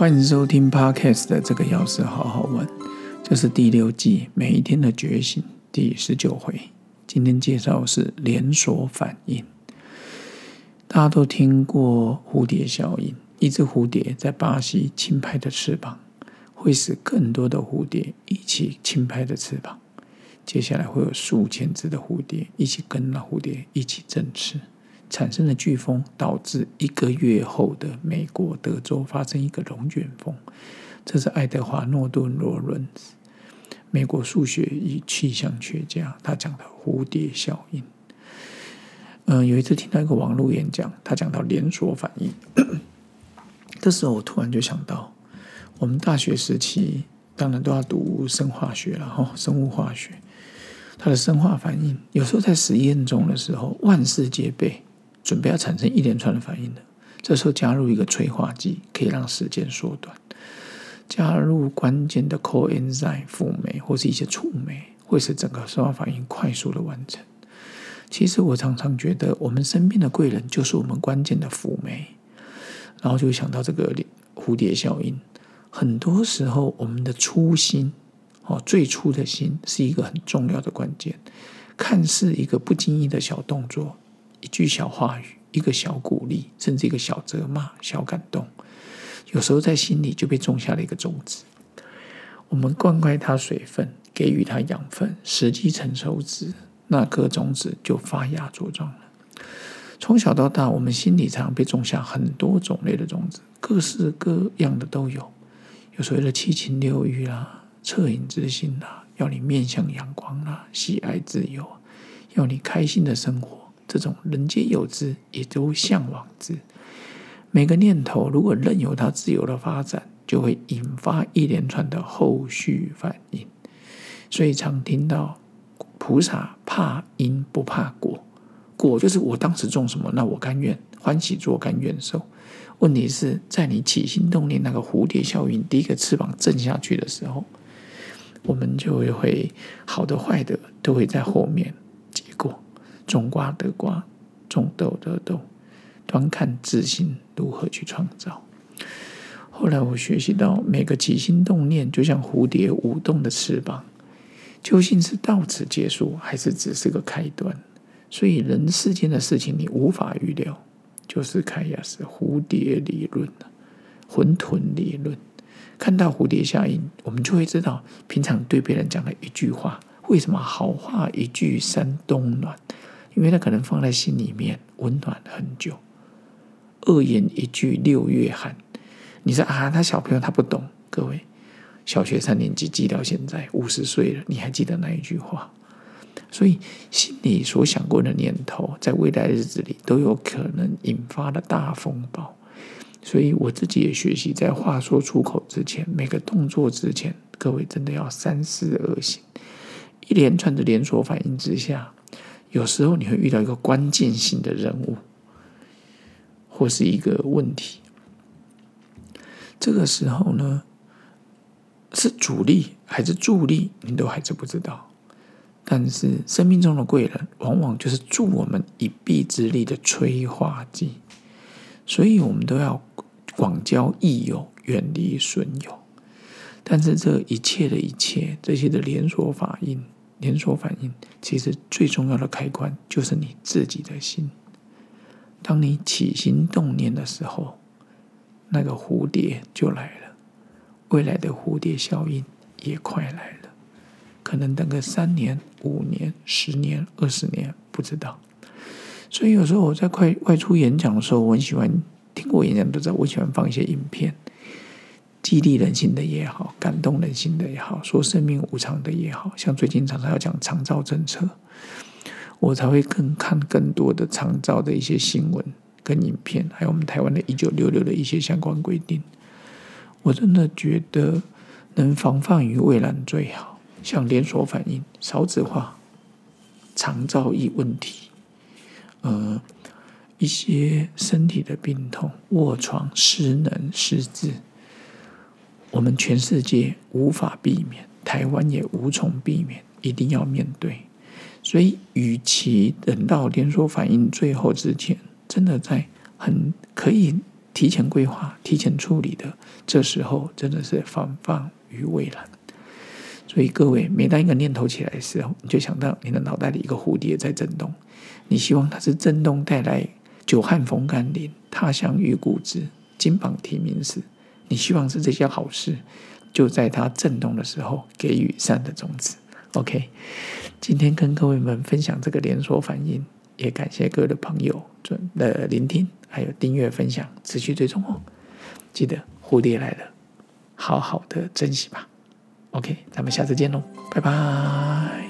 欢迎收听 Podcast 的这个钥匙好好玩，这是第6季每一天的觉醒第19回。今天介绍的是连锁反应。大家都听过蝴蝶效应，一只蝴蝶在巴西轻拍的翅膀，会使更多的蝴蝶一起轻拍的翅膀。接下来会有数千只的蝴蝶一起跟那蝴蝶一起振翅，产生的飓风导致1个月后的美国德州发生一个龙卷风。这是爱德华·诺顿·罗伦兹，美国数学与气象学家，他讲的蝴蝶效应。有一次听到一个网络演讲，他讲到连锁反应。这时候我突然就想到，我们大学时期当然都要读生化学了，生物化学，它的生化反应有时候在实验中的时候万事皆备，准备要产生一连串的反应了，这时候加入一个催化剂，可以让时间缩短，加入关键的 coenzyme 辅酶或是一些触酶，会使整个生化反应快速的完成。其实我常常觉得我们身边的贵人就是我们关键的辅酶，然后就会想到这个蝴蝶效应。很多时候我们的初心，最初的心是一个很重要的关键，看似一个不经意的小动作，一句小话语，一个小鼓励，甚至一个小责骂、小感动，有时候在心里就被种下了一个种子。我们灌溉它水分，给予它养分，时机成熟时，那颗种子就发芽茁壮了。从小到大，我们心里常被种下很多种类的种子，各式各样的都有。有所谓的七情六欲啦、恻隐之心啦，要你面向阳光啦、喜爱自由，要你开心的生活，这种人皆有之，也都向往之。每个念头如果任由它自由的发展，就会引发一连串的后续反应。所以常听到菩萨怕因不怕果，果就是我当时种什么，那我甘愿欢喜做，甘愿受。问题是在你起心动念那个蝴蝶效应第一个翅膀震下去的时候，我们就会好的坏的都会在后面结果，种瓜得瓜，种豆得豆，端看自心如何去创造。后来我学习到，每个起心动念就像蝴蝶舞动的翅膀，究竟是到此结束，还是只是个开端？所以人世间的事情你无法预料，就是开亚是蝴蝶理论，混沌理论。看到蝴蝶效应，我们就会知道，平常对别人讲的一句话，为什么好话一句三冬暖？因为他可能放在心里面温暖很久。恶言一句6月寒。你说他小朋友他不懂，各位小学3年级记到现在50岁了，你还记得那一句话？所以心里所想过的念头，在未来的日子里都有可能引发了大风暴。所以我自己也学习，在话说出口之前，每个动作之前，各位真的要三思而行。一连串的连锁反应之下，有时候你会遇到一个关键性的人物，或是一个问题。这个时候呢，是主力还是助力，你都还是不知道。但是生命中的贵人往往就是助我们一臂之力的催化剂，所以我们都要广交益友，远离损友。但是这一切的一切，这些的连锁反应，其实最重要的开关就是你自己的心。当你起心动念的时候，那个蝴蝶就来了，未来的蝴蝶效应也快来了。可能等个3年、5年、10年、20年，不知道。所以有时候我在外出演讲的时候，我很喜欢听过演讲都知道，我喜欢放一些影片，激励人心的也好，感动人心的也好，说生命无常的也好，像最近常常要讲长照政策，我才会看更多的长照的一些新闻跟影片，还有我们台湾的1966的一些相关规定。我真的觉得能防范于未然最好。像连锁反应、少子化、长照疫问题，一些身体的病痛、卧床、失能、失智，我们全世界无法避免，台湾也无从避免，一定要面对。所以与其等到连锁反应最后之前，真的在很可以提前规划、提前处理的，这时候真的是防范于未然。所以各位，每当一个念头起来的时候，你就想到你的脑袋里一个蝴蝶在震动，你希望它是震动带来久旱逢甘霖、他乡遇故知、金榜题名时，你希望是这些好事，就在它震动的时候给予善的种子。OK， 今天跟各位们分享这个连锁反应，也感谢各位的朋友的聆听，还有订阅、分享、持续追踪哦。记得蝴蝶来了，好好的珍惜吧。OK， 咱们下次见喽，拜拜。